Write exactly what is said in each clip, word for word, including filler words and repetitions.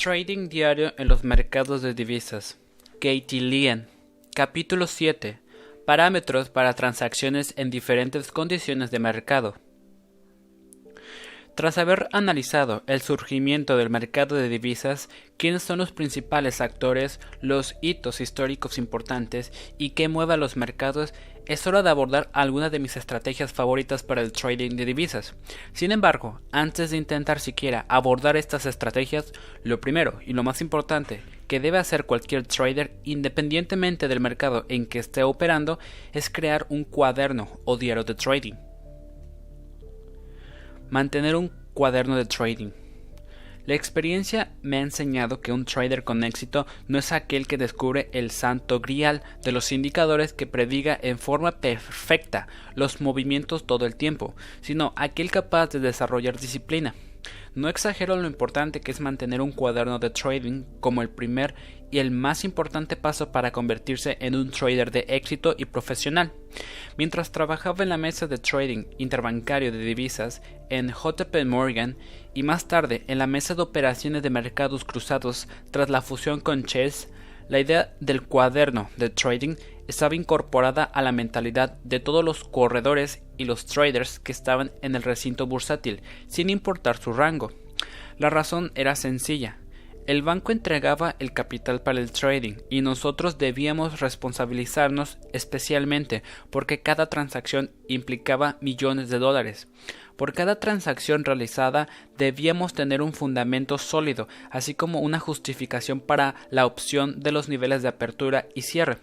Trading diario en los mercados de divisas. Katie Lien. Capítulo siete. Parámetros para transacciones en diferentes condiciones de mercado. Tras haber analizado el surgimiento del mercado de divisas, quiénes son los principales actores, los hitos históricos importantes y qué mueve a los mercados, es hora de abordar algunas de mis estrategias favoritas para el trading de divisas. Sin embargo, antes de intentar siquiera abordar estas estrategias, lo primero y lo más importante que debe hacer cualquier trader, independientemente del mercado en que esté operando, es crear un cuaderno o diario de trading. Mantener un cuaderno de trading. La experiencia me ha enseñado que un trader con éxito no es aquel que descubre el santo grial de los indicadores que prediga en forma perfecta los movimientos todo el tiempo, sino aquel capaz de desarrollar disciplina. No exagero lo importante que es mantener un cuaderno de trading como el primer y el más importante paso para convertirse en un trader de éxito y profesional. Mientras trabajaba en la mesa de trading interbancario de divisas en J P Morgan y más tarde en la mesa de operaciones de mercados cruzados tras la fusión con Chase, la idea del cuaderno de trading estaba incorporada a la mentalidad de todos los corredores y los traders que estaban en el recinto bursátil, sin importar su rango. La razón era sencilla. El banco entregaba el capital para el trading y nosotros debíamos responsabilizarnos especialmente porque cada transacción implicaba millones de dólares. Por cada transacción realizada debíamos tener un fundamento sólido, así como una justificación para la opción de los niveles de apertura y cierre.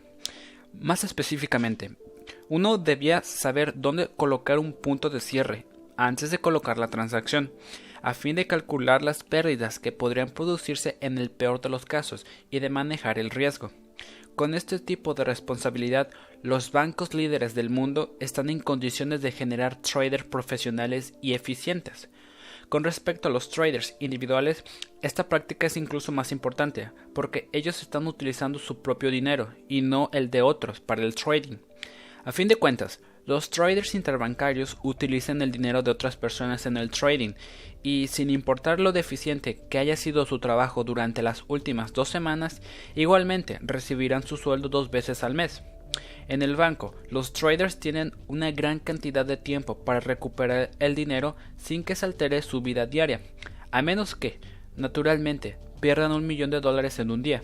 Más específicamente, uno debía saber dónde colocar un punto de cierre antes de colocar la transacción, a fin de calcular las pérdidas que podrían producirse en el peor de los casos y de manejar el riesgo. Con este tipo de responsabilidad, los bancos líderes del mundo están en condiciones de generar traders profesionales y eficientes. Con respecto a los traders individuales, esta práctica es incluso más importante, porque ellos están utilizando su propio dinero y no el de otros para el trading. A fin de cuentas, los traders interbancarios utilizan el dinero de otras personas en el trading y, sin importar lo deficiente que haya sido su trabajo durante las últimas dos semanas, igualmente recibirán su sueldo dos veces al mes. En el banco, los traders tienen una gran cantidad de tiempo para recuperar el dinero sin que se altere su vida diaria, a menos que, naturalmente, pierdan un millón de dólares en un día.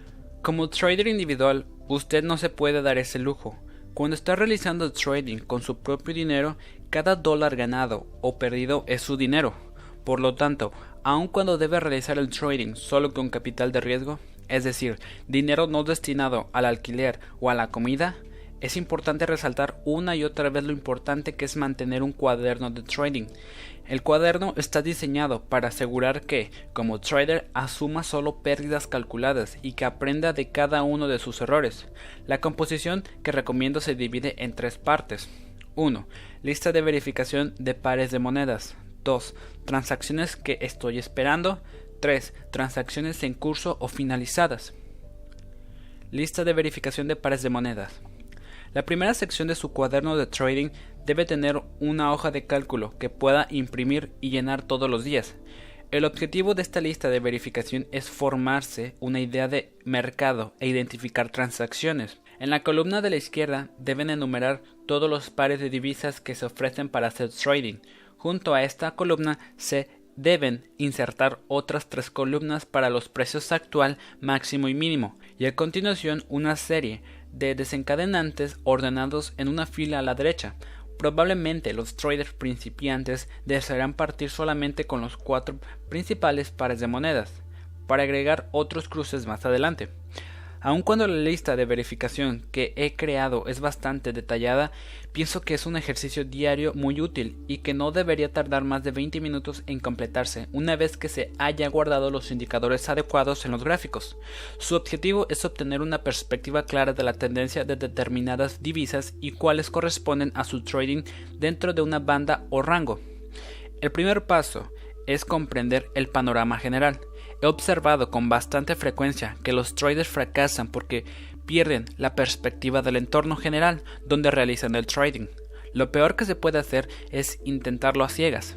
Como trader individual, usted no se puede dar ese lujo. Cuando está realizando el trading con su propio dinero, cada dólar ganado o perdido es su dinero. Por lo tanto, aun cuando debe realizar el trading solo con capital de riesgo, es decir, dinero no destinado al alquiler o a la comida, es importante resaltar una y otra vez lo importante que es mantener un cuaderno de trading. El cuaderno está diseñado para asegurar que, como trader, asuma solo pérdidas calculadas y que aprenda de cada uno de sus errores. La composición que recomiendo se divide en tres partes. uno. Lista de verificación de pares de monedas. dos. Transacciones que estoy esperando. tres. Transacciones en curso o finalizadas. Lista de verificación de pares de monedas. La primera sección de su cuaderno de trading debe tener una hoja de cálculo que pueda imprimir y llenar todos los días. El objetivo de esta lista de verificación es formarse una idea de mercado e identificar transacciones. En la columna de la izquierda deben enumerar todos los pares de divisas que se ofrecen para hacer trading. Junto a esta columna se deben insertar otras tres columnas para los precios actual, máximo y mínimo, y a continuación una serie de desencadenantes ordenados en una fila a la derecha. Probablemente los traders principiantes desearán partir solamente con los cuatro principales pares de monedas, para agregar otros cruces más adelante. Aun cuando la lista de verificación que he creado es bastante detallada, pienso que es un ejercicio diario muy útil y que no debería tardar más de veinte minutos en completarse una vez que se haya guardado los indicadores adecuados en los gráficos. Su objetivo es obtener una perspectiva clara de la tendencia de determinadas divisas y cuáles corresponden a su trading dentro de una banda o rango. El primer paso es comprender el panorama general. He observado con bastante frecuencia que los traders fracasan porque pierden la perspectiva del entorno general donde realizan el trading. Lo peor que se puede hacer es intentarlo a ciegas.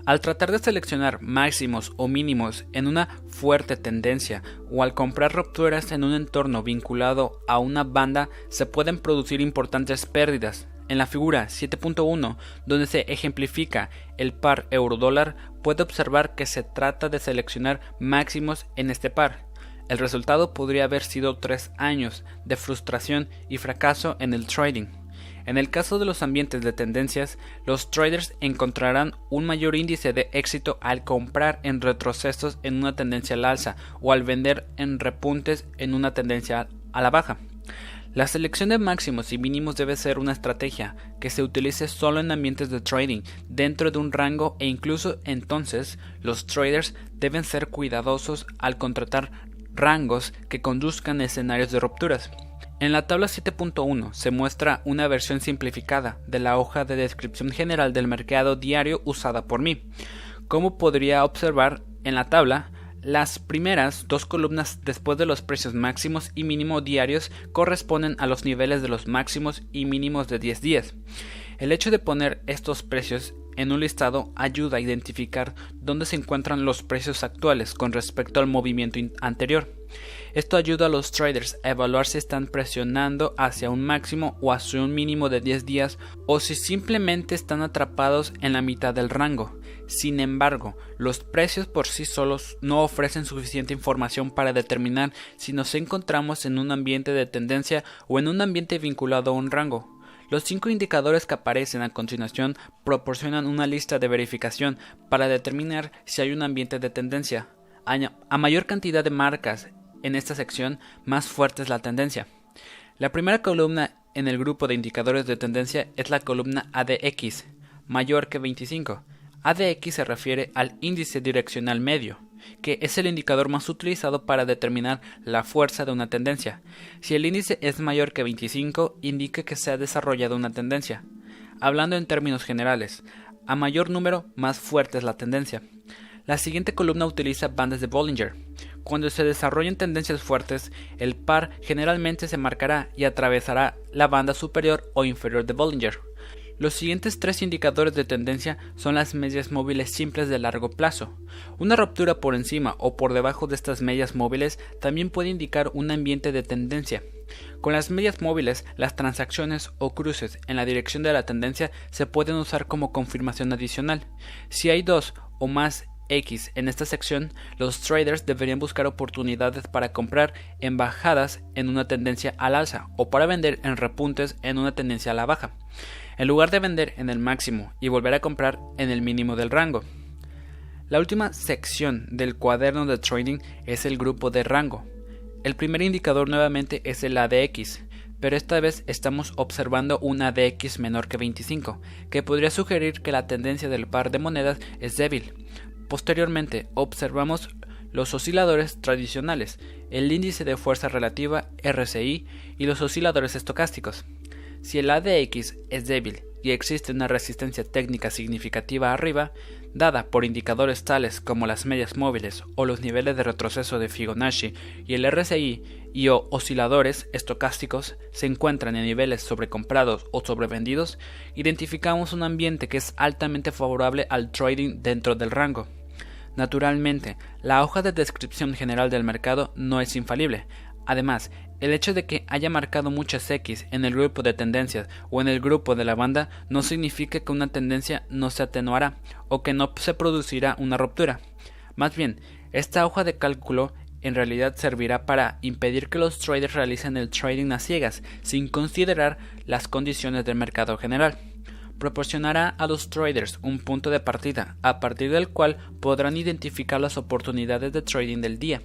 Al tratar de seleccionar máximos o mínimos en una fuerte tendencia o al comprar rupturas en un entorno vinculado a una banda, se pueden producir importantes pérdidas. En la figura siete punto uno, donde se ejemplifica el par euro-dólar, puede observar que se trata de seleccionar máximos en este par. El resultado podría haber sido tres años de frustración y fracaso en el trading. En el caso de los ambientes de tendencias, los traders encontrarán un mayor índice de éxito al comprar en retrocesos en una tendencia al alza o al vender en repuntes en una tendencia a la baja. La selección de máximos y mínimos debe ser una estrategia que se utilice solo en ambientes de trading dentro de un rango, e incluso entonces los traders deben ser cuidadosos al contratar rangos que conduzcan a escenarios de rupturas. En la tabla siete punto uno se muestra una versión simplificada de la hoja de descripción general del mercado diario usada por mí. Como podría observar en la tabla, las primeras dos columnas después de los precios máximos y mínimos diarios corresponden a los niveles de los máximos y mínimos de diez días. El hecho de poner estos precios en un listado ayuda a identificar dónde se encuentran los precios actuales con respecto al movimiento anterior. Esto ayuda a los traders a evaluar si están presionando hacia un máximo o hacia un mínimo de diez días o si simplemente están atrapados en la mitad del rango. Sin embargo, los precios por sí solos no ofrecen suficiente información para determinar si nos encontramos en un ambiente de tendencia o en un ambiente vinculado a un rango. Los cinco indicadores que aparecen a continuación proporcionan una lista de verificación para determinar si hay un ambiente de tendencia. A mayor cantidad de marcas en esta sección, más fuerte es la tendencia. La primera columna en el grupo de indicadores de tendencia es la columna A D X, mayor que veinticinco. A D X se refiere al índice direccional medio, que es el indicador más utilizado para determinar la fuerza de una tendencia. Si el índice es mayor que veinticinco, indica que se ha desarrollado una tendencia. Hablando en términos generales, a mayor número, más fuerte es la tendencia. La siguiente columna utiliza bandas de Bollinger. Cuando se desarrollen tendencias fuertes, el par generalmente se marcará y atravesará la banda superior o inferior de Bollinger. Los siguientes tres indicadores de tendencia son las medias móviles simples de largo plazo. Una ruptura por encima o por debajo de estas medias móviles también puede indicar un ambiente de tendencia. Con las medias móviles, las transacciones o cruces en la dirección de la tendencia se pueden usar como confirmación adicional. Si hay dos o más X en esta sección, los traders deberían buscar oportunidades para comprar en bajadas en una tendencia al alza o para vender en repuntes en una tendencia a la baja, en lugar de vender en el máximo y volver a comprar en el mínimo del rango. La última sección del cuaderno de trading es el grupo de rango. El primer indicador nuevamente es el A D X, pero esta vez estamos observando un A D X menor que veinticinco, que podría sugerir que la tendencia del par de monedas es débil. Posteriormente observamos los osciladores tradicionales, el índice de fuerza relativa R S I y los osciladores estocásticos. Si el A D X es débil y existe una resistencia técnica significativa arriba, dada por indicadores tales como las medias móviles o los niveles de retroceso de Fibonacci, y el R S I y o osciladores estocásticos se encuentran en niveles sobrecomprados o sobrevendidos, identificamos un ambiente que es altamente favorable al trading dentro del rango. Naturalmente, la hoja de descripción general del mercado no es infalible. Además, el hecho de que haya marcado muchas X en el grupo de tendencias o en el grupo de la banda no significa que una tendencia no se atenuará o que no se producirá una ruptura. Más bien, esta hoja de cálculo en realidad servirá para impedir que los traders realicen el trading a ciegas sin considerar las condiciones del mercado general. Proporcionará a los traders un punto de partida a partir del cual podrán identificar las oportunidades de trading del día.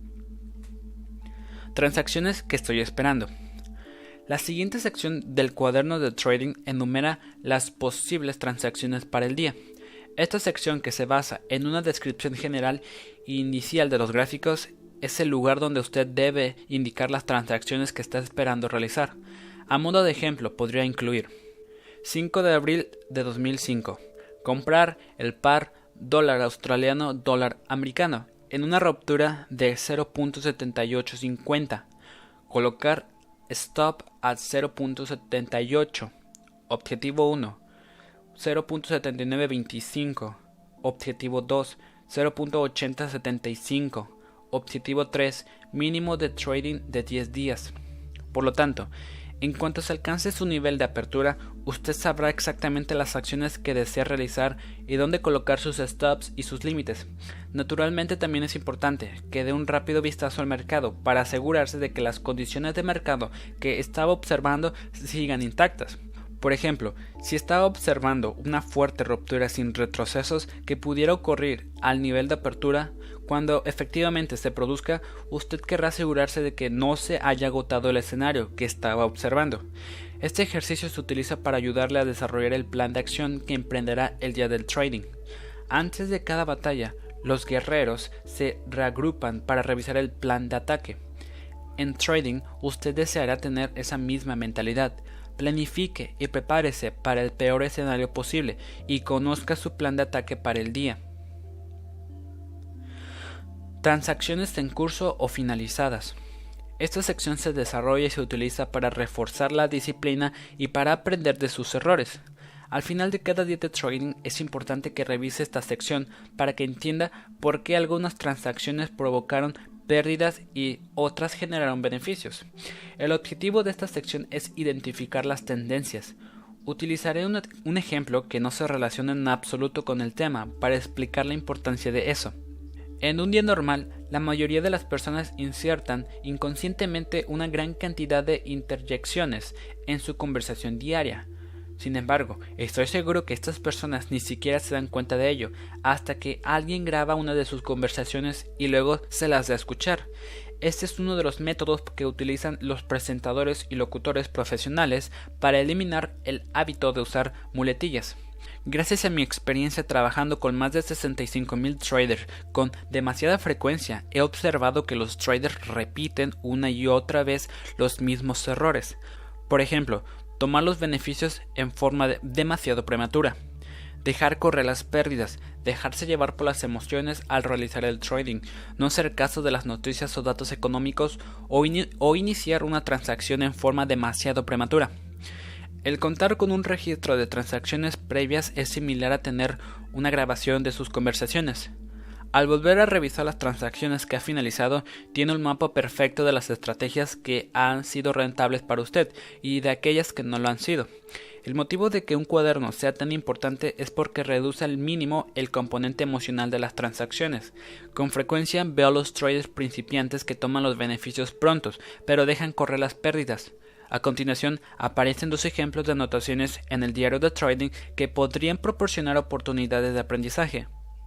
Transacciones que estoy esperando. La siguiente sección del cuaderno de trading enumera las posibles transacciones para el día. Esta sección, que se basa en una descripción general e inicial de los gráficos, es el lugar donde usted debe indicar las transacciones que está esperando realizar. A modo de ejemplo, podría incluir: cinco de abril de dos mil cinco. Comprar el par dólar australiano dólar americano en una ruptura de cero punto setenta y ocho cincuenta. Colocar stop a cero punto setenta y ocho. Objetivo uno. cero punto setenta y nueve veinticinco. Objetivo dos, cero punto ochenta setenta y cinco. Objetivo tres, mínimo de trading de diez días. Por lo tanto, en cuanto se alcance su nivel de apertura, usted sabrá exactamente las acciones que desea realizar y dónde colocar sus stops y sus límites. Naturalmente también es importante que dé un rápido vistazo al mercado para asegurarse de que las condiciones de mercado que estaba observando sigan intactas. Por ejemplo, si estaba observando una fuerte ruptura sin retrocesos que pudiera ocurrir al nivel de apertura, cuando efectivamente se produzca, usted querrá asegurarse de que no se haya agotado el escenario que estaba observando. Este ejercicio se utiliza para ayudarle a desarrollar el plan de acción que emprenderá el día del trading. Antes de cada batalla, los guerreros se reagrupan para revisar el plan de ataque. En trading, usted deseará tener esa misma mentalidad. Planifique y prepárese para el peor escenario posible y conozca su plan de ataque para el día. Transacciones en curso o finalizadas. Esta sección se desarrolla y se utiliza para reforzar la disciplina y para aprender de sus errores. Al final de cada día de trading es importante que revise esta sección para que entienda por qué algunas transacciones provocaron pérdidas y otras generaron beneficios. El objetivo de esta sección es identificar las tendencias. Utilizaré un, un ejemplo que no se relaciona en absoluto con el tema para explicar la importancia de eso. En un día normal, la mayoría de las personas insertan inconscientemente una gran cantidad de interjecciones en su conversación diaria. Sin embargo, estoy seguro que estas personas ni siquiera se dan cuenta de ello hasta que alguien graba una de sus conversaciones y luego se las da a escuchar. Este es uno de los métodos que utilizan los presentadores y locutores profesionales para eliminar el hábito de usar muletillas. Gracias a mi experiencia trabajando con más de sesenta y cinco mil traders con demasiada frecuencia, he observado que los traders repiten una y otra vez los mismos errores. Por ejemplo, tomar los beneficios en forma de demasiado prematura, dejar correr las pérdidas, dejarse llevar por las emociones al realizar el trading, no hacer caso de las noticias o datos económicos o, in- o iniciar una transacción en forma demasiado prematura. El contar con un registro de transacciones previas es similar a tener una grabación de sus conversaciones. Al volver a revisar las transacciones que ha finalizado, tiene un mapa perfecto de las estrategias que han sido rentables para usted y de aquellas que no lo han sido. El motivo de que un cuaderno sea tan importante es porque reduce al mínimo el componente emocional de las transacciones. Con frecuencia veo a los traders principiantes que toman los beneficios prontos, pero dejan correr las pérdidas. A continuación, aparecen dos ejemplos de anotaciones en el diario de trading que podrían proporcionar oportunidades de aprendizaje.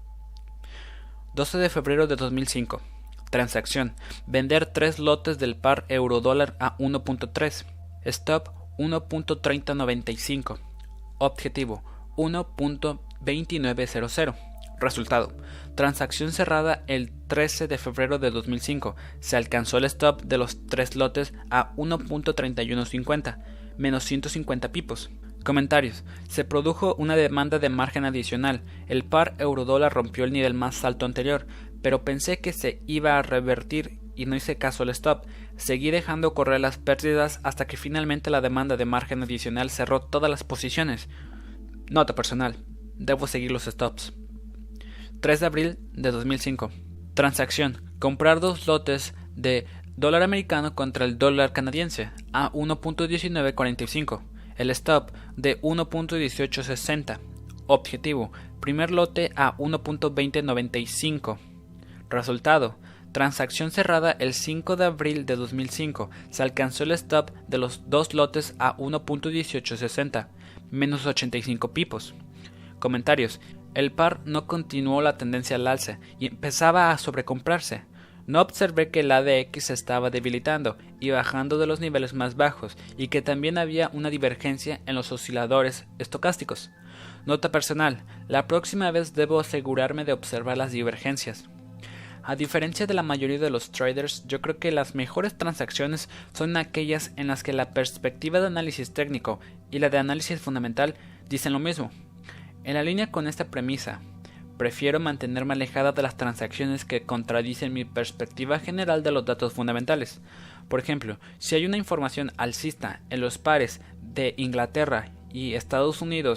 doce de febrero de dos mil cinco. Transacción. Vender tres lotes del par euro-dólar a uno punto tres. Stop uno punto treinta noventa y cinco. Objetivo uno punto veintinueve cero cero. Resultado. Transacción cerrada el trece de febrero de dos mil cinco. Se alcanzó el stop de los tres lotes a uno punto treinta y uno cincuenta, menos ciento cincuenta pipos. Comentarios. Se produjo una demanda de margen adicional. El par euro-dólar rompió el nivel más alto anterior, pero pensé que se iba a revertir y no hice caso al stop. Seguí dejando correr las pérdidas hasta que finalmente la demanda de margen adicional cerró todas las posiciones. Nota personal. Debo seguir los stops. tres de abril de dos mil cinco. Transacción. Comprar dos lotes de dólar americano contra el dólar canadiense a uno punto diecinueve cuarenta y cinco. El stop de uno punto dieciocho sesenta. Objetivo. Primer lote a uno punto veinte noventa y cinco. Resultado. Transacción cerrada el cinco de abril de dos mil cinco. Se alcanzó el stop de los dos lotes a uno punto dieciocho sesenta. Menos ochenta y cinco pipos. Comentarios. El par no continuó la tendencia al alza y empezaba a sobrecomprarse. No observé que el A D X se estaba debilitando y bajando de los niveles más bajos y que también había una divergencia en los osciladores estocásticos. Nota personal, la próxima vez debo asegurarme de observar las divergencias. A diferencia de la mayoría de los traders, yo creo que las mejores transacciones son aquellas en las que la perspectiva de análisis técnico y la de análisis fundamental dicen lo mismo. En la línea con esta premisa, prefiero mantenerme alejada de las transacciones que contradicen mi perspectiva general de los datos fundamentales. Por ejemplo, si hay una información alcista en los pares de Inglaterra y Estados Unidos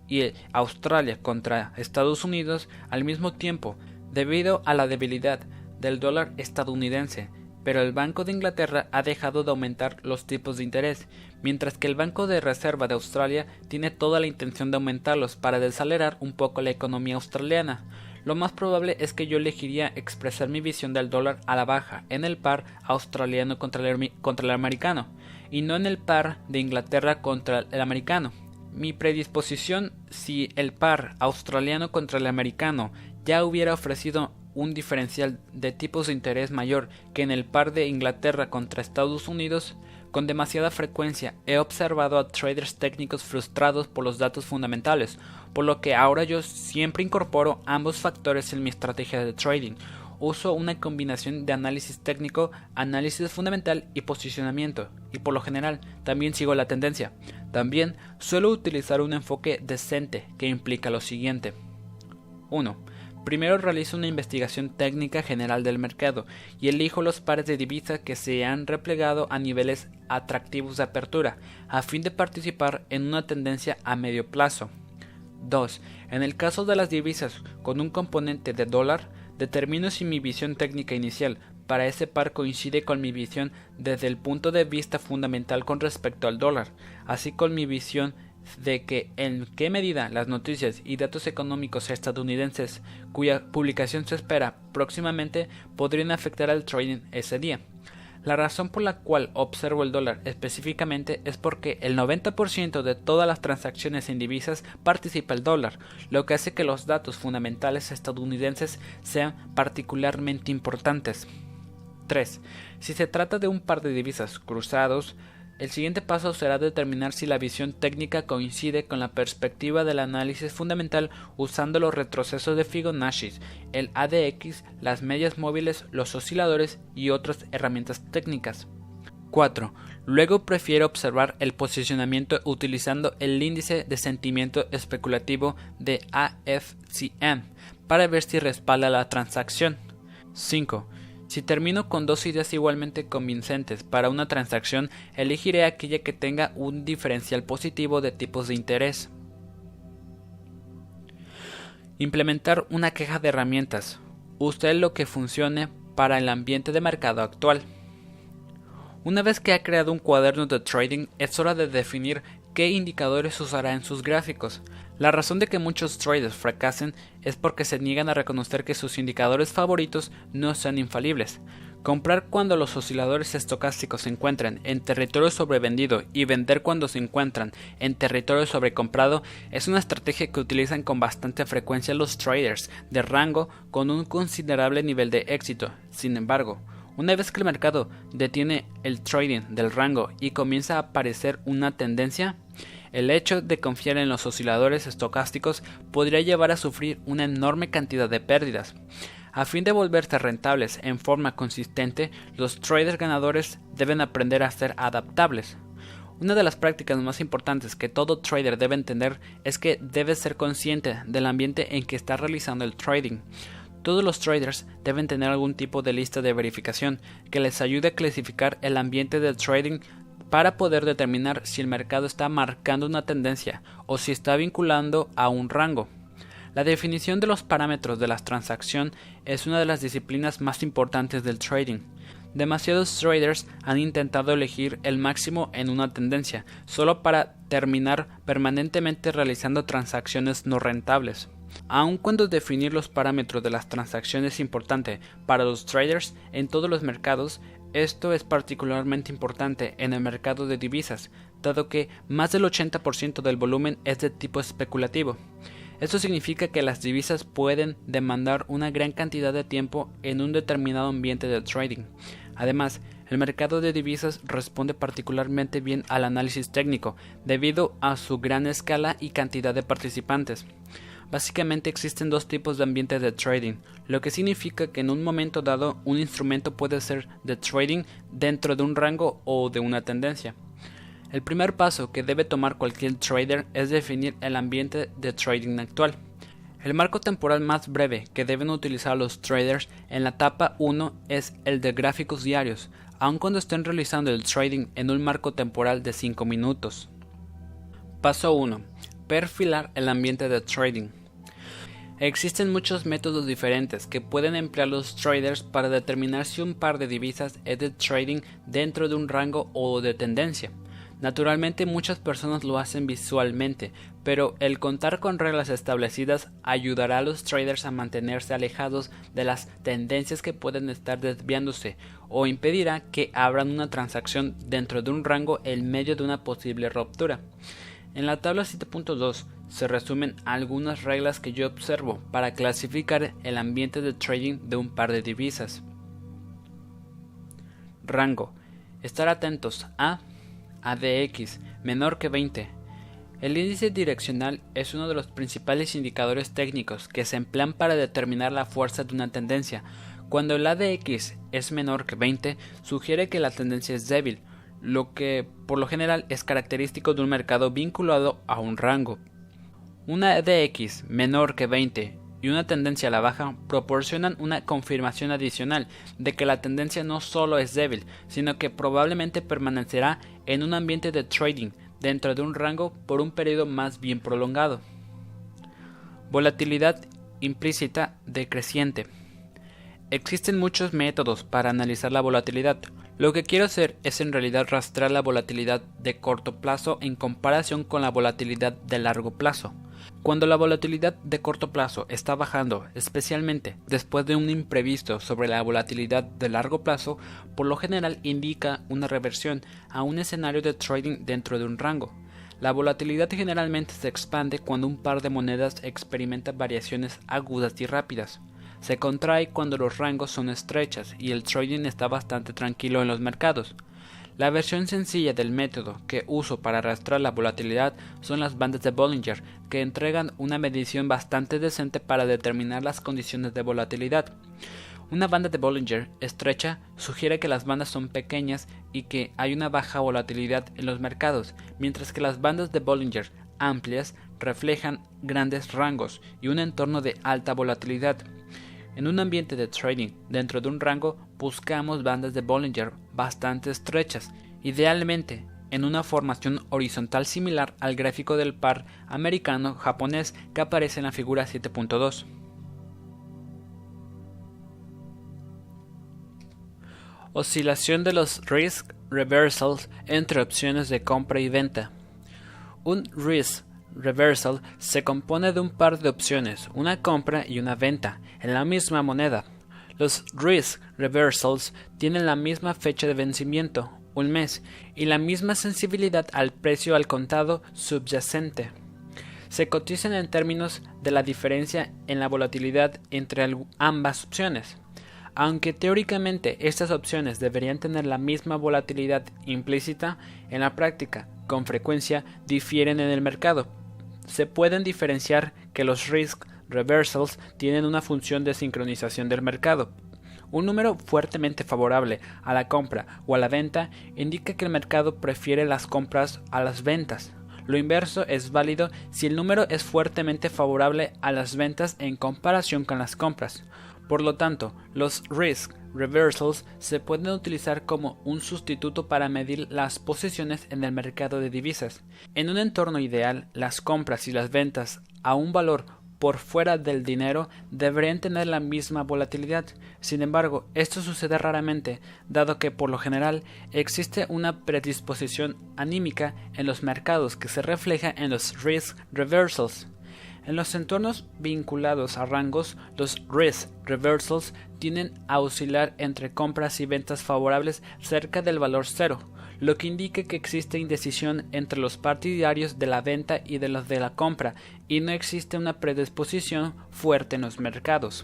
y Australia contra Estados Unidos al mismo tiempo debido a la debilidad del dólar estadounidense, pero el Banco de Inglaterra ha dejado de aumentar los tipos de interés, mientras que el Banco de Reserva de Australia tiene toda la intención de aumentarlos para desacelerar un poco la economía australiana. Lo más probable es que yo elegiría expresar mi visión del dólar a la baja en el par australiano contra el, contra el americano, y no en el par de Inglaterra contra el americano. Mi predisposición, si el par australiano contra el americano ya hubiera ofrecido un diferencial de tipos de interés mayor que en el par de Inglaterra contra Estados Unidos, con demasiada frecuencia he observado a traders técnicos frustrados por los datos fundamentales, por lo que ahora yo siempre incorporo ambos factores en mi estrategia de trading. Uso una combinación de análisis técnico, análisis fundamental y posicionamiento, y por lo general también sigo la tendencia. También suelo utilizar un enfoque decente que implica lo siguiente. uno. Primero realizo una investigación técnica general del mercado y elijo los pares de divisas que se han replegado a niveles atractivos de apertura, a fin de participar en una tendencia a medio plazo. dos. En el caso de las divisas con un componente de dólar, determino si mi visión técnica inicial para ese par coincide con mi visión desde el punto de vista fundamental con respecto al dólar, así como mi visión de que en qué medida las noticias y datos económicos estadounidenses cuya publicación se espera próximamente podrían afectar al trading ese día. La razón por la cual observo el dólar específicamente es porque el noventa por ciento de todas las transacciones en divisas participa el dólar, lo que hace que los datos fundamentales estadounidenses sean particularmente importantes. tres. Si se trata de un par de divisas cruzados, el siguiente paso será determinar si la visión técnica coincide con la perspectiva del análisis fundamental usando los retrocesos de Fibonacci, el A D X, las medias móviles, los osciladores y otras herramientas técnicas. cuatro. Luego prefiero observar el posicionamiento utilizando el índice de sentimiento especulativo de A F C M para ver si respalda la transacción. cinco. Si termino con dos ideas igualmente convincentes para una transacción, elegiré aquella que tenga un diferencial positivo de tipos de interés. Implementar una caja de herramientas. Usted lo que funcione para el ambiente de mercado actual. Una vez que ha creado un cuaderno de trading, es hora de definir qué indicadores usará en sus gráficos. La razón de que muchos traders fracasen es porque se niegan a reconocer que sus indicadores favoritos no sean infalibles. Comprar cuando los osciladores estocásticos se encuentran en territorio sobrevendido y vender cuando se encuentran en territorio sobrecomprado es una estrategia que utilizan con bastante frecuencia los traders de rango con un considerable nivel de éxito. Sin embargo, una vez que el mercado detiene el trading del rango y comienza a aparecer una tendencia, el hecho de confiar en los osciladores estocásticos podría llevar a sufrir una enorme cantidad de pérdidas. A fin de volverse rentables en forma consistente, los traders ganadores deben aprender a ser adaptables. Una de las prácticas más importantes que todo trader debe entender es que debe ser consciente del ambiente en que está realizando el trading. Todos los traders deben tener algún tipo de lista de verificación que les ayude a clasificar el ambiente del trading para poder determinar si el mercado está marcando una tendencia o si está vinculando a un rango. La definición de los parámetros de la transacción es una de las disciplinas más importantes del trading. Demasiados traders han intentado elegir el máximo en una tendencia, solo para terminar permanentemente realizando transacciones no rentables. Aun cuando definir los parámetros de las transacciones es importante para los traders en todos los mercados, esto es particularmente importante en el mercado de divisas, dado que más del ochenta por ciento del volumen es de tipo especulativo. Esto significa que las divisas pueden demandar una gran cantidad de tiempo en un determinado ambiente de trading. Además, el mercado de divisas responde particularmente bien al análisis técnico, debido a su gran escala y cantidad de participantes. Básicamente existen dos tipos de ambientes de trading, lo que significa que en un momento dado un instrumento puede ser de trading dentro de un rango o de una tendencia. El primer paso que debe tomar cualquier trader es definir el ambiente de trading actual. El marco temporal más breve que deben utilizar los traders en la etapa uno es el de gráficos diarios, aun cuando estén realizando el trading en un marco temporal de cinco minutos. Paso uno. perfilar el ambiente de trading. Existen muchos métodos diferentes que pueden emplear los traders para determinar si un par de divisas es de trading dentro de un rango o de tendencia. Naturalmente muchas personas lo hacen visualmente, pero el contar con reglas establecidas ayudará a los traders a mantenerse alejados de las tendencias que pueden estar desviándose o impedirá que abran una transacción dentro de un rango en medio de una posible ruptura. En la tabla siete punto dos se resumen algunas reglas que yo observo para clasificar el ambiente de trading de un par de divisas. Rango. Estar atentos a A D X menor que veinte. El índice direccional es uno de los principales indicadores técnicos que se emplean para determinar la fuerza de una tendencia. Cuando el A D X es menor que veinte, sugiere que la tendencia es débil, lo que por lo general es característico de un mercado vinculado a un rango. Una A D X menor que veinte y una tendencia a la baja proporcionan una confirmación adicional de que la tendencia no solo es débil, sino que probablemente permanecerá en un ambiente de trading dentro de un rango por un periodo más bien prolongado. Volatilidad implícita decreciente. Existen muchos métodos para analizar la volatilidad. Lo que quiero hacer es en realidad rastrear la volatilidad de corto plazo en comparación con la volatilidad de largo plazo. Cuando la volatilidad de corto plazo está bajando, especialmente después de un imprevisto sobre la volatilidad de largo plazo, por lo general indica una reversión a un escenario de trading dentro de un rango. La volatilidad generalmente se expande cuando un par de monedas experimenta variaciones agudas y rápidas. Se contrae cuando los rangos son estrechas y el trading está bastante tranquilo en los mercados. La versión sencilla del método que uso para rastrear la volatilidad son las bandas de Bollinger, que entregan una medición bastante decente para determinar las condiciones de volatilidad. Una banda de Bollinger estrecha sugiere que las bandas son pequeñas y que hay una baja volatilidad en los mercados, mientras que las bandas de Bollinger amplias reflejan grandes rangos y un entorno de alta volatilidad. En un ambiente de trading dentro de un rango buscamos bandas de Bollinger bastante estrechas, idealmente en una formación horizontal similar al gráfico del par americano-japonés que aparece en la figura siete punto dos. Oscilación de los risk reversals entre opciones de compra y venta. Un risk reversal se compone de un par de opciones, una compra y una venta, en la misma moneda. Los risk reversals tienen la misma fecha de vencimiento, un mes, y la misma sensibilidad al precio al contado subyacente. Se cotizan en términos de la diferencia en la volatilidad entre ambas opciones. Aunque teóricamente estas opciones deberían tener la misma volatilidad implícita, en la práctica, con frecuencia, difieren en el mercado. Se pueden diferenciar que los risk reversals tienen una función de sincronización del mercado. Un número fuertemente favorable a la compra o a la venta indica que el mercado prefiere las compras a las ventas. Lo inverso es válido si el número es fuertemente favorable a las ventas en comparación con las compras. Por lo tanto, los risk reversals se pueden utilizar como un sustituto para medir las posiciones en el mercado de divisas. En un entorno ideal, las compras y las ventas a un valor por fuera del dinero deberían tener la misma volatilidad. Sin embargo, esto sucede raramente, dado que por lo general existe una predisposición anímica en los mercados que se refleja en los risk reversals. En los entornos vinculados a rangos, los risk reversals tienden a oscilar entre compras y ventas favorables cerca del valor cero, lo que indica que existe indecisión entre los partidarios de la venta y de los de la compra, y no existe una predisposición fuerte en los mercados.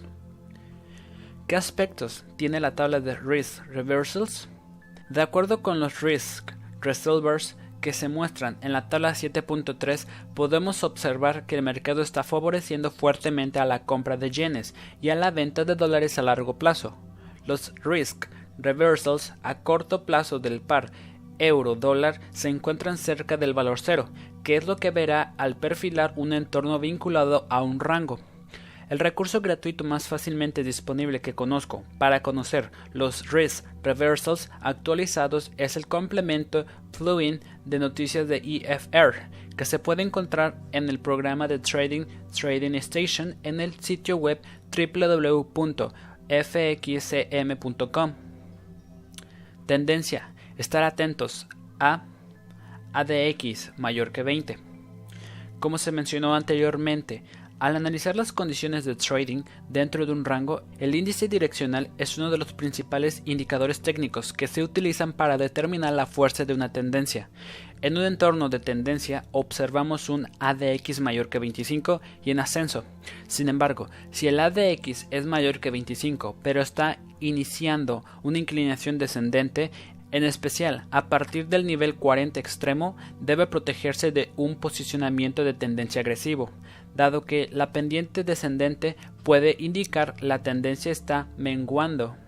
¿Qué aspectos tiene la tabla de risk reversals? De acuerdo con los risk resolvers que se muestran en la tabla siete punto tres, podemos observar que el mercado está favoreciendo fuertemente a la compra de yenes y a la venta de dólares a largo plazo. Los risk reversals a corto plazo del par euro-dólar se encuentran cerca del valor cero, que es lo que verá al perfilar un entorno vinculado a un rango. El recurso gratuito más fácilmente disponible que conozco para conocer los risk reversals actualizados es el complemento plugin de noticias de E F R, que se puede encontrar en el programa de trading Trading Station en el sitio web doble u doble u doble u punto f x c m punto com. Tendencia: estar atentos a A D X mayor que veinte. Como se mencionó anteriormente, al analizar las condiciones de trading dentro de un rango, el índice direccional es uno de los principales indicadores técnicos que se utilizan para determinar la fuerza de una tendencia. En un entorno de tendencia observamos un A D X mayor que veinticinco y en ascenso. Sin embargo, si el A D X es mayor que veinticinco pero está iniciando una inclinación descendente, en especial a partir del nivel cuarenta extremo, debe protegerse de un posicionamiento de tendencia agresivo, dado que la pendiente descendente puede indicar la tendencia está menguando.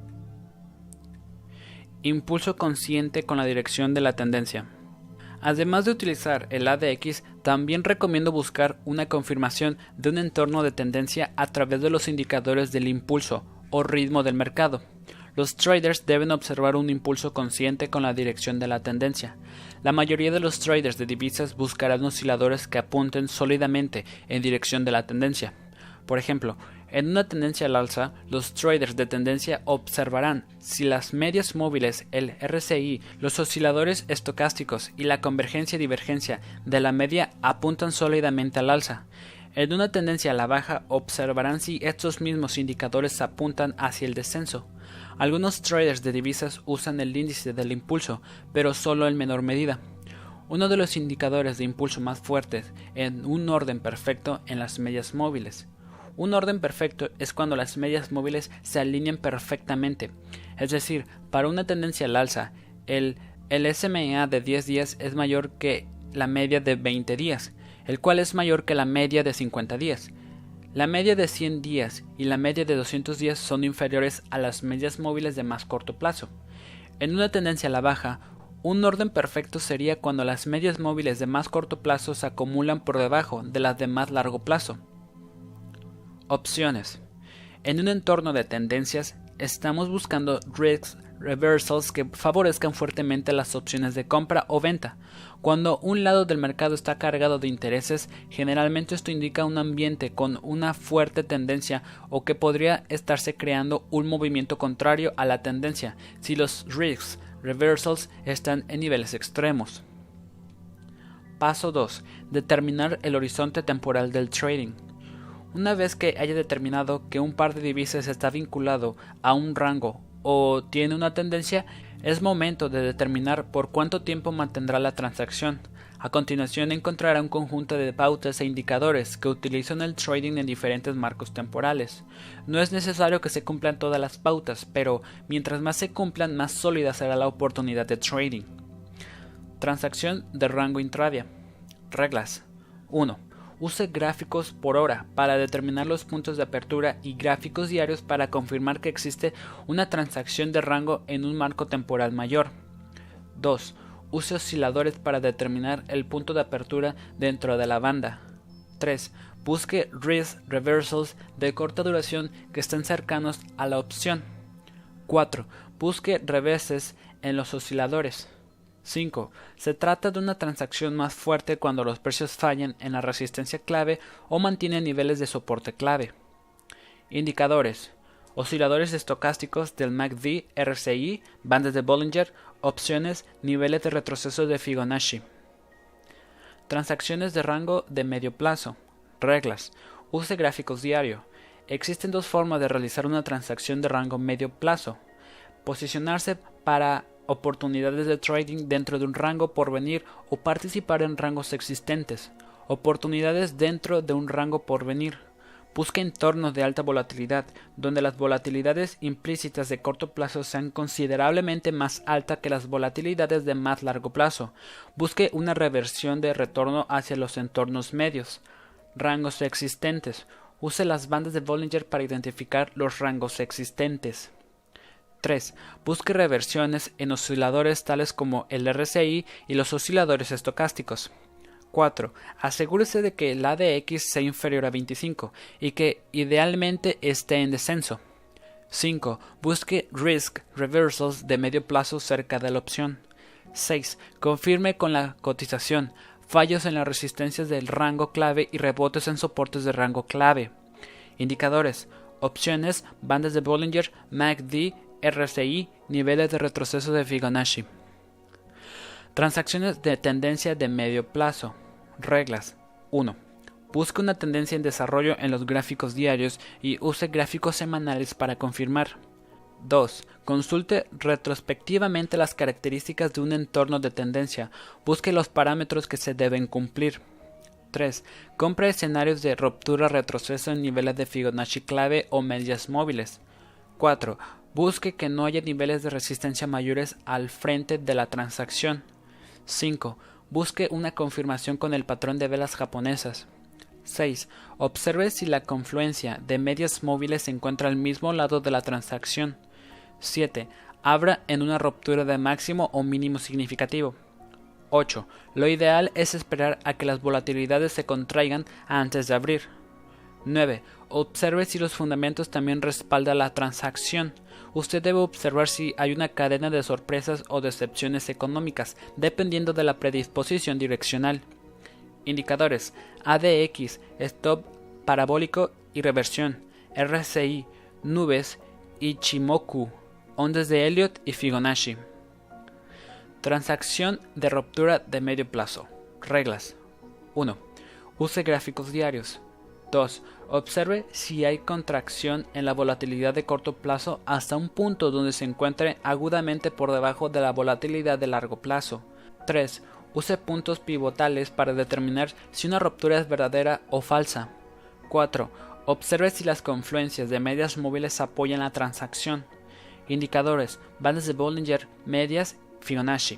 Impulso consciente con la dirección de la tendencia. Además de utilizar el A D X, también recomiendo buscar una confirmación de un entorno de tendencia a través de los indicadores del impulso o ritmo del mercado. Los traders deben observar un impulso consciente con la dirección de la tendencia. La mayoría de los traders de divisas buscarán osciladores que apunten sólidamente en dirección de la tendencia. Por ejemplo, en una tendencia al alza, los traders de tendencia observarán si las medias móviles, el R S I, los osciladores estocásticos y la convergencia-divergencia de la media apuntan sólidamente al alza. En una tendencia a la baja, observarán si estos mismos indicadores apuntan hacia el descenso. Algunos traders de divisas usan el índice del impulso, pero solo en menor medida. Uno de los indicadores de impulso más fuertes en un orden perfecto en las medias móviles. Un orden perfecto es cuando las medias móviles se alinean perfectamente, es decir, para una tendencia al alza, el, el S M A de diez días es mayor que la media de veinte días, el cual es mayor que la media de cincuenta días. La media de cien días y la media de doscientos días son inferiores a las medias móviles de más corto plazo. En una tendencia a la baja, un orden perfecto sería cuando las medias móviles de más corto plazo se acumulan por debajo de las de más largo plazo. Opciones. En un entorno de tendencias, estamos buscando risk reversals que favorezcan fuertemente las opciones de compra o venta. Cuando un lado del mercado está cargado de intereses, generalmente esto indica un ambiente con una fuerte tendencia o que podría estarse creando un movimiento contrario a la tendencia si los risk reversals están en niveles extremos. Paso dos. Determinar el horizonte temporal del trading. Una vez que haya determinado que un par de divisas está vinculado a un rango o tiene una tendencia, es momento de determinar por cuánto tiempo mantendrá la transacción. A continuación encontrará un conjunto de pautas e indicadores que utilizan el trading en diferentes marcos temporales. No es necesario que se cumplan todas las pautas, pero mientras más se cumplan, más sólida será la oportunidad de trading. Transacción de rango intradia. Reglas. uno. Use gráficos por hora para determinar los puntos de apertura y gráficos diarios para confirmar que existe una transacción de rango en un marco temporal mayor. dos. Use osciladores para determinar el punto de apertura dentro de la banda. tres. Busque risk reversals de corta duración que estén cercanos a la opción. cuatro. Busque reveses en los osciladores. cinco. Se trata de una transacción más fuerte cuando los precios fallan en la resistencia clave o mantienen niveles de soporte clave. Indicadores. Osciladores estocásticos del M A C D, R S I, bandas de Bollinger, opciones, niveles de retroceso de Fibonacci. Transacciones de rango de medio plazo. Reglas. Use gráficos diario. Existen dos formas de realizar una transacción de rango medio plazo. Posicionarse para oportunidades de trading dentro de un rango por venir o participar en rangos existentes. Oportunidades dentro de un rango por venir. Busca entornos de alta volatilidad, donde las volatilidades implícitas de corto plazo sean considerablemente más altas que las volatilidades de más largo plazo. Busque una reversión de retorno hacia los entornos medios. Rangos existentes. Use las bandas de Bollinger para identificar los rangos existentes. tres. Busque reversiones en osciladores tales como el R S I y los osciladores estocásticos. cuatro. Asegúrese de que el A D X sea inferior a veinticinco y que idealmente esté en descenso. cinco. Busque risk reversals de medio plazo cerca de la opción. seis. Confirme con la cotización fallos en las resistencias del rango clave y rebotes en soportes de rango clave. Indicadores. Opciones, bandas de Bollinger, M A C D, R S I, niveles de retroceso de Fibonacci. Transacciones de tendencia de medio plazo. Reglas. uno. Busque una tendencia en desarrollo en los gráficos diarios y use gráficos semanales para confirmar. dos. Consulte retrospectivamente las características de un entorno de tendencia. Busque los parámetros que se deben cumplir. tres. Compre escenarios de ruptura retroceso en niveles de Fibonacci clave o medias móviles. cuatro. Busque que no haya niveles de resistencia mayores al frente de la transacción. cinco. Busque una confirmación con el patrón de velas japonesas. seis. Observe si la confluencia de medias móviles se encuentra al mismo lado de la transacción. siete. Abra en una ruptura de máximo o mínimo significativo. ocho. Lo ideal es esperar a que las volatilidades se contraigan antes de abrir. nueve. Observe si los fundamentos también respaldan la transacción. Usted debe observar si hay una cadena de sorpresas o decepciones económicas, dependiendo de la predisposición direccional. Indicadores: A D X, stop parabólico y reversión, R S I, nubes, Ichimoku, ondas de Elliott y Fibonacci. Transacción de ruptura de medio plazo. Reglas. uno. Use gráficos diarios. dos. Observe si hay contracción en la volatilidad de corto plazo hasta un punto donde se encuentre agudamente por debajo de la volatilidad de largo plazo. tres. Use puntos pivotales para determinar si una ruptura es verdadera o falsa. cuatro. Observe si las confluencias de medias móviles apoyan la transacción. Indicadores: bandas de Bollinger, medias, Fibonacci.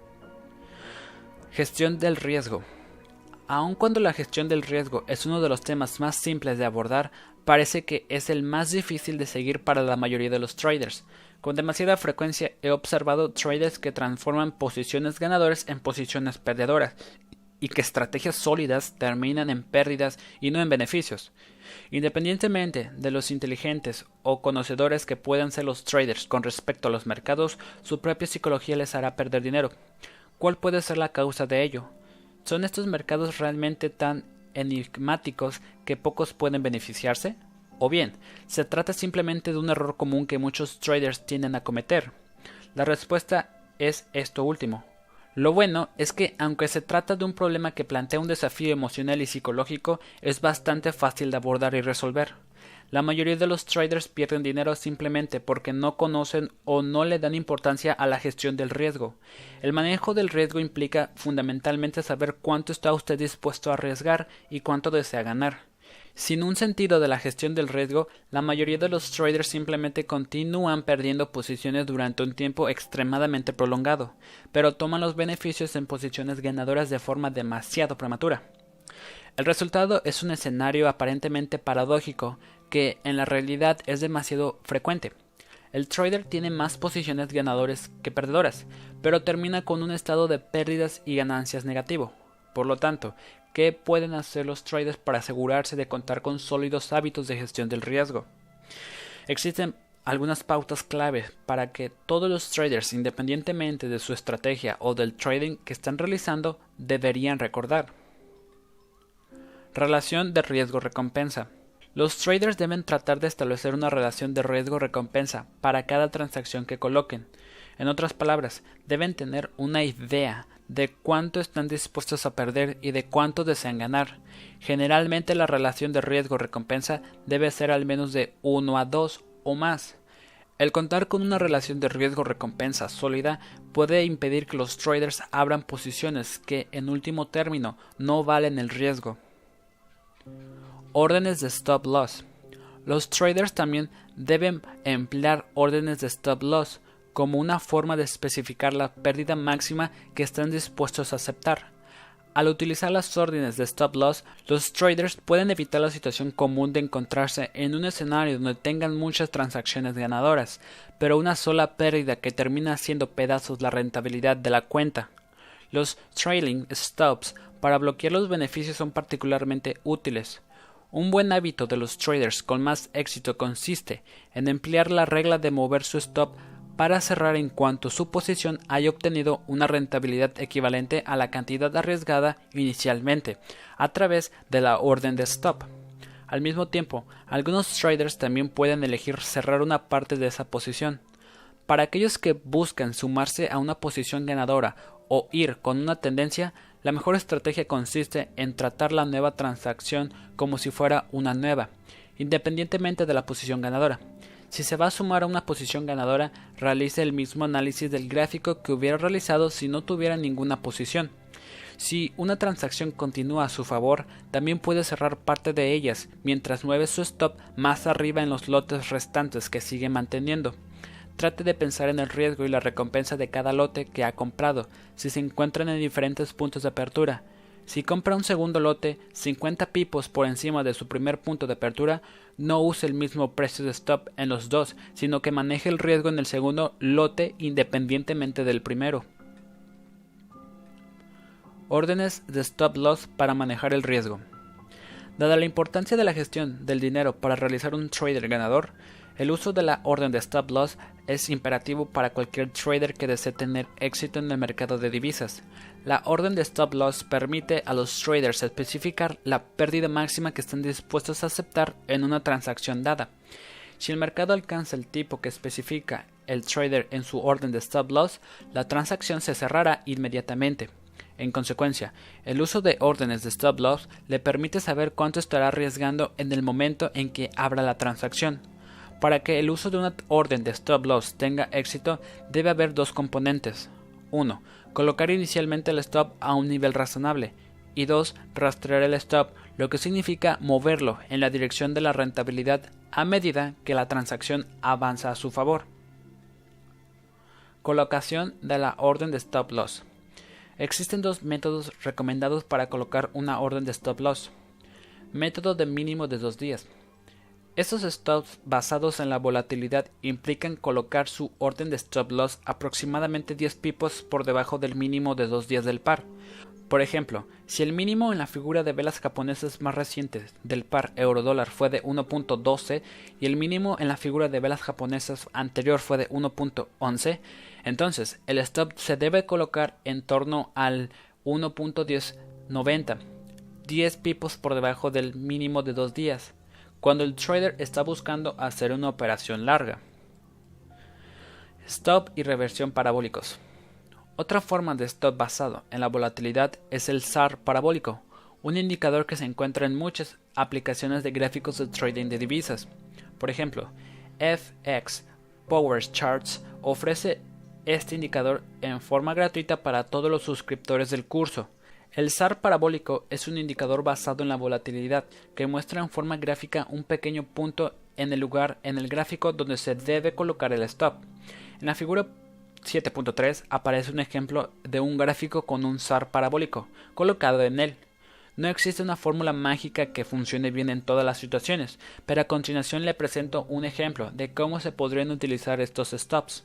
Gestión del riesgo. Aun cuando la gestión del riesgo es uno de los temas más simples de abordar, parece que es el más difícil de seguir para la mayoría de los traders. Con demasiada frecuencia he observado traders que transforman posiciones ganadoras en posiciones perdedoras y que estrategias sólidas terminan en pérdidas y no en beneficios. Independientemente de los inteligentes o conocedores que puedan ser los traders con respecto a los mercados, su propia psicología les hará perder dinero. ¿Cuál puede ser la causa de ello? ¿Son estos mercados realmente tan enigmáticos que pocos pueden beneficiarse? ¿O bien, se trata simplemente de un error común que muchos traders tienden a cometer? La respuesta es esto último. Lo bueno es que, aunque se trata de un problema que plantea un desafío emocional y psicológico, es bastante fácil de abordar y resolver. La mayoría de los traders pierden dinero simplemente porque no conocen o no le dan importancia a la gestión del riesgo. El manejo del riesgo implica fundamentalmente saber cuánto está usted dispuesto a arriesgar y cuánto desea ganar. Sin un sentido de la gestión del riesgo, la mayoría de los traders simplemente continúan perdiendo posiciones durante un tiempo extremadamente prolongado, pero toman los beneficios en posiciones ganadoras de forma demasiado prematura. El resultado es un escenario aparentemente paradójico que en la realidad es demasiado frecuente. El trader tiene más posiciones ganadoras que perdedoras, pero termina con un estado de pérdidas y ganancias negativo. Por lo tanto, ¿qué pueden hacer los traders para asegurarse de contar con sólidos hábitos de gestión del riesgo? Existen algunas pautas clave para que todos los traders, independientemente de su estrategia o del trading que están realizando, deberían recordar. Relación de riesgo-recompensa. Los traders deben tratar de establecer una relación de riesgo-recompensa para cada transacción que coloquen. En otras palabras, deben tener una idea de cuánto están dispuestos a perder y de cuánto desean ganar. Generalmente la relación de riesgo-recompensa debe ser al menos de uno a dos o más. El contar con una relación de riesgo-recompensa sólida puede impedir que los traders abran posiciones que, en último término, no valen el riesgo. Órdenes de stop loss. Los traders también deben emplear órdenes de stop loss como una forma de especificar la pérdida máxima que están dispuestos a aceptar. Al utilizar las órdenes de stop loss, los traders pueden evitar la situación común de encontrarse en un escenario donde tengan muchas transacciones ganadoras, pero una sola pérdida que termina haciendo pedazos la rentabilidad de la cuenta. Los trailing stops Para bloquear los beneficios son particularmente útiles. Un buen hábito de los traders con más éxito consiste en emplear la regla de mover su stop para cerrar en cuanto su posición haya obtenido una rentabilidad equivalente a la cantidad arriesgada inicialmente, a través de la orden de stop. Al mismo tiempo, algunos traders también pueden elegir cerrar una parte de esa posición. Para aquellos que buscan sumarse a una posición ganadora o ir con una tendencia, la mejor estrategia consiste en tratar la nueva transacción como si fuera una nueva, independientemente de la posición ganadora. Si se va a sumar a una posición ganadora, realice el mismo análisis del gráfico que hubiera realizado si no tuviera ninguna posición. Si una transacción continúa a su favor, también puede cerrar parte de ellas mientras mueve su stop más arriba en los lotes restantes que sigue manteniendo. Trate de pensar en el riesgo y la recompensa de cada lote que ha comprado si se encuentran en diferentes puntos de apertura. Si compra un segundo lote cincuenta pipos por encima de su primer punto de apertura, no use el mismo precio de stop en los dos, sino que maneje el riesgo en el segundo lote independientemente del primero. Órdenes de stop loss para manejar el riesgo. Dada la importancia de la gestión del dinero para realizar un trader ganador, el uso de la orden de stop loss es imperativo para cualquier trader que desee tener éxito en el mercado de divisas. La orden de stop loss permite a los traders especificar la pérdida máxima que están dispuestos a aceptar en una transacción dada. Si el mercado alcanza el tipo que especifica el trader en su orden de stop loss, la transacción se cerrará inmediatamente. En consecuencia, el uso de órdenes de stop loss le permite saber cuánto estará arriesgando en el momento en que abra la transacción. Para que el uso de una orden de stop loss tenga éxito, debe haber dos componentes. uno. Colocar inicialmente el stop a un nivel razonable. Y dos. Rastrear el stop, lo que significa moverlo en la dirección de la rentabilidad a medida que la transacción avanza a su favor. Colocación de la orden de stop loss. Existen dos métodos recomendados para colocar una orden de stop loss. Método de mínimo de dos días. Estos stops basados en la volatilidad implican colocar su orden de stop loss aproximadamente diez pipos por debajo del mínimo de dos días del par. Por ejemplo, si el mínimo en la figura de velas japonesas más recientes del par euro-dólar fue de uno punto doce y el mínimo en la figura de velas japonesas anterior fue de uno punto once, entonces el stop se debe colocar en torno al uno punto diez noventa, diez pipos por debajo del mínimo de dos días, cuando el trader está buscando hacer una operación larga. Stop y reversión parabólicos. Otra forma de stop basado en la volatilidad es el S A R parabólico, un indicador que se encuentra en muchas aplicaciones de gráficos de trading de divisas. Por ejemplo, F X Power Charts ofrece este indicador en forma gratuita para todos los suscriptores del curso. El S A R parabólico es un indicador basado en la volatilidad que muestra en forma gráfica un pequeño punto en el lugar en el gráfico donde se debe colocar el stop. En la figura siete punto tres aparece un ejemplo de un gráfico con un S A R parabólico colocado en él. No existe una fórmula mágica que funcione bien en todas las situaciones, pero a continuación le presento un ejemplo de cómo se podrían utilizar estos stops.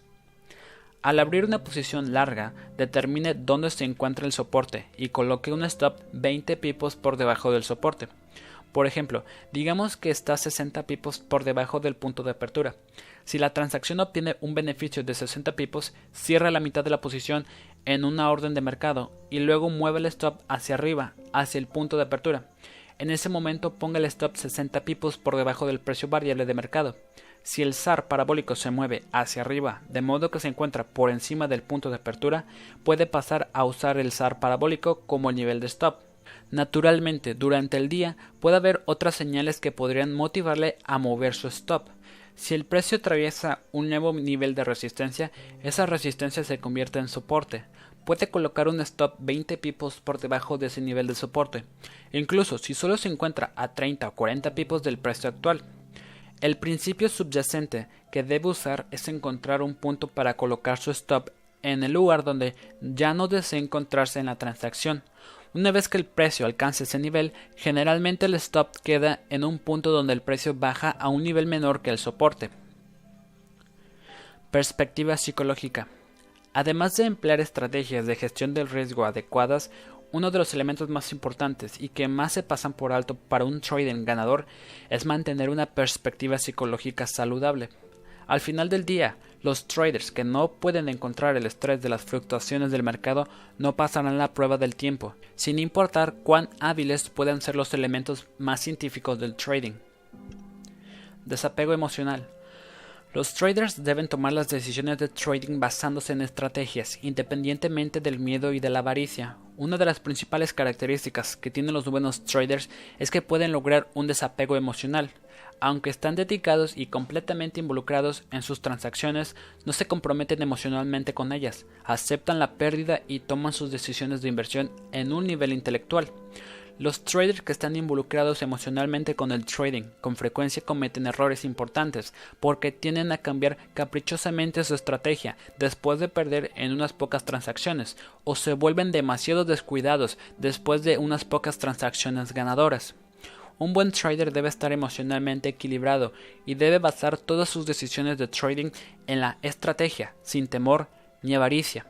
Al abrir una posición larga, determine dónde se encuentra el soporte y coloque un stop veinte pipos por debajo del soporte. Por ejemplo, digamos que está sesenta pipos por debajo del punto de apertura. Si la transacción obtiene un beneficio de sesenta pipos, cierra la mitad de la posición en una orden de mercado y luego mueve el stop hacia arriba, hacia el punto de apertura. En ese momento ponga el stop sesenta pipos por debajo del precio variable de mercado. Si el S A R parabólico se mueve hacia arriba, de modo que se encuentra por encima del punto de apertura, puede pasar a usar el S A R parabólico como el nivel de stop. Naturalmente, durante el día puede haber otras señales que podrían motivarle a mover su stop. Si el precio atraviesa un nuevo nivel de resistencia, esa resistencia se convierte en soporte. Puede colocar un stop veinte pipos por debajo de ese nivel de soporte, incluso si solo se encuentra a treinta o cuarenta pipos del precio actual. El principio subyacente que debe usar es encontrar un punto para colocar su stop en el lugar donde ya no desee encontrarse en la transacción. Una vez que el precio alcance ese nivel, generalmente el stop queda en un punto donde el precio baja a un nivel menor que el soporte. Perspectiva psicológica. Además de emplear estrategias de gestión del riesgo adecuadas, Uno de los elementos más importantes y que más se pasan por alto para un trading ganador es mantener una perspectiva psicológica saludable. Al final del día, los traders que no pueden encontrar el estrés de las fluctuaciones del mercado no pasarán la prueba del tiempo, sin importar cuán hábiles puedan ser los elementos más científicos del trading. Desapego emocional. Los traders deben tomar las decisiones de trading basándose en estrategias, independientemente del miedo y de la avaricia. Una de las principales características que tienen los buenos traders es que pueden lograr un desapego emocional. Aunque están dedicados y completamente involucrados en sus transacciones, no se comprometen emocionalmente con ellas, aceptan la pérdida y toman sus decisiones de inversión en un nivel intelectual. Los traders que están involucrados emocionalmente con el trading con frecuencia cometen errores importantes porque tienden a cambiar caprichosamente su estrategia después de perder en unas pocas transacciones o se vuelven demasiado descuidados después de unas pocas transacciones ganadoras. Un buen trader debe estar emocionalmente equilibrado y debe basar todas sus decisiones de trading en la estrategia, sin temor ni avaricia.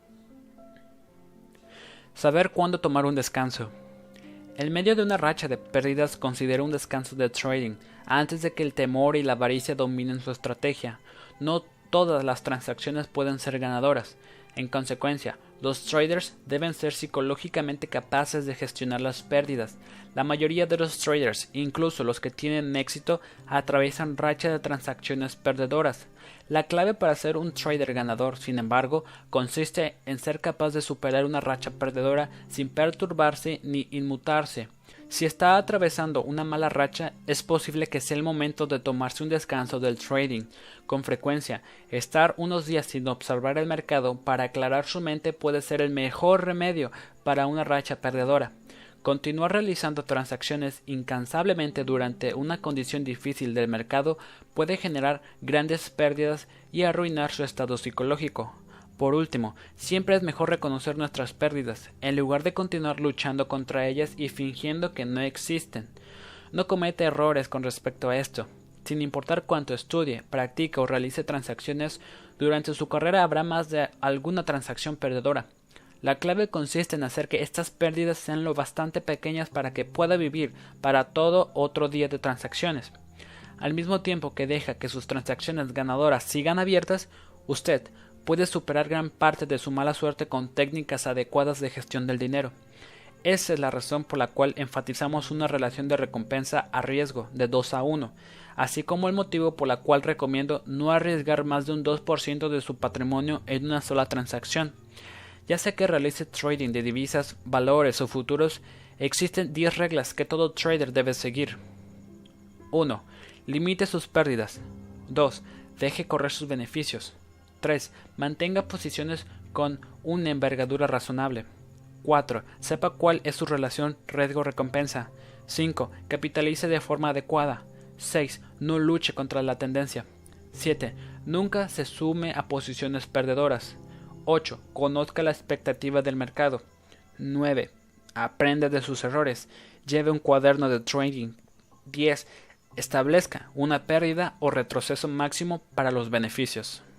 Saber cuándo tomar un descanso. En medio de una racha de pérdidas, considera un descanso de trading antes de que el temor y la avaricia dominen su estrategia. No todas las transacciones pueden ser ganadoras. En consecuencia, los traders deben ser psicológicamente capaces de gestionar las pérdidas. La mayoría de los traders, incluso los que tienen éxito, atraviesan rachas de transacciones perdedoras. La clave para ser un trader ganador, sin embargo, consiste en ser capaz de superar una racha perdedora sin perturbarse ni inmutarse. Si está atravesando una mala racha, es posible que sea el momento de tomarse un descanso del trading. Con frecuencia, estar unos días sin observar el mercado para aclarar su mente puede ser el mejor remedio para una racha perdedora. Continuar realizando transacciones incansablemente durante una condición difícil del mercado puede generar grandes pérdidas y arruinar su estado psicológico. Por último, siempre es mejor reconocer nuestras pérdidas, en lugar de continuar luchando contra ellas y fingiendo que no existen. No cometa errores con respecto a esto. Sin importar cuánto estudie, practique o realice transacciones, durante su carrera habrá más de alguna transacción perdedora. La clave consiste en hacer que estas pérdidas sean lo bastante pequeñas para que pueda vivir para todo otro día de transacciones. Al mismo tiempo que deja que sus transacciones ganadoras sigan abiertas, usted puede superar gran parte de su mala suerte con técnicas adecuadas de gestión del dinero. Esa es la razón por la cual enfatizamos una relación de recompensa a riesgo de dos a uno, así como el motivo por la cual recomiendo no arriesgar más de un dos por ciento de su patrimonio en una sola transacción. Ya sea que realice trading de divisas, valores o futuros, existen diez reglas que todo trader debe seguir. uno. Limite sus pérdidas. dos. Deje correr sus beneficios. tres. Mantenga posiciones con una envergadura razonable. cuatro. Sepa cuál es su relación riesgo-recompensa. cinco. Capitalice de forma adecuada. seis. No luche contra la tendencia. siete. Nunca se sume a posiciones perdedoras. ocho. Conozca la expectativa del mercado. nueve. Aprenda de sus errores. Lleve un cuaderno de trading. diez. Establezca una pérdida o retroceso máximo para los beneficios.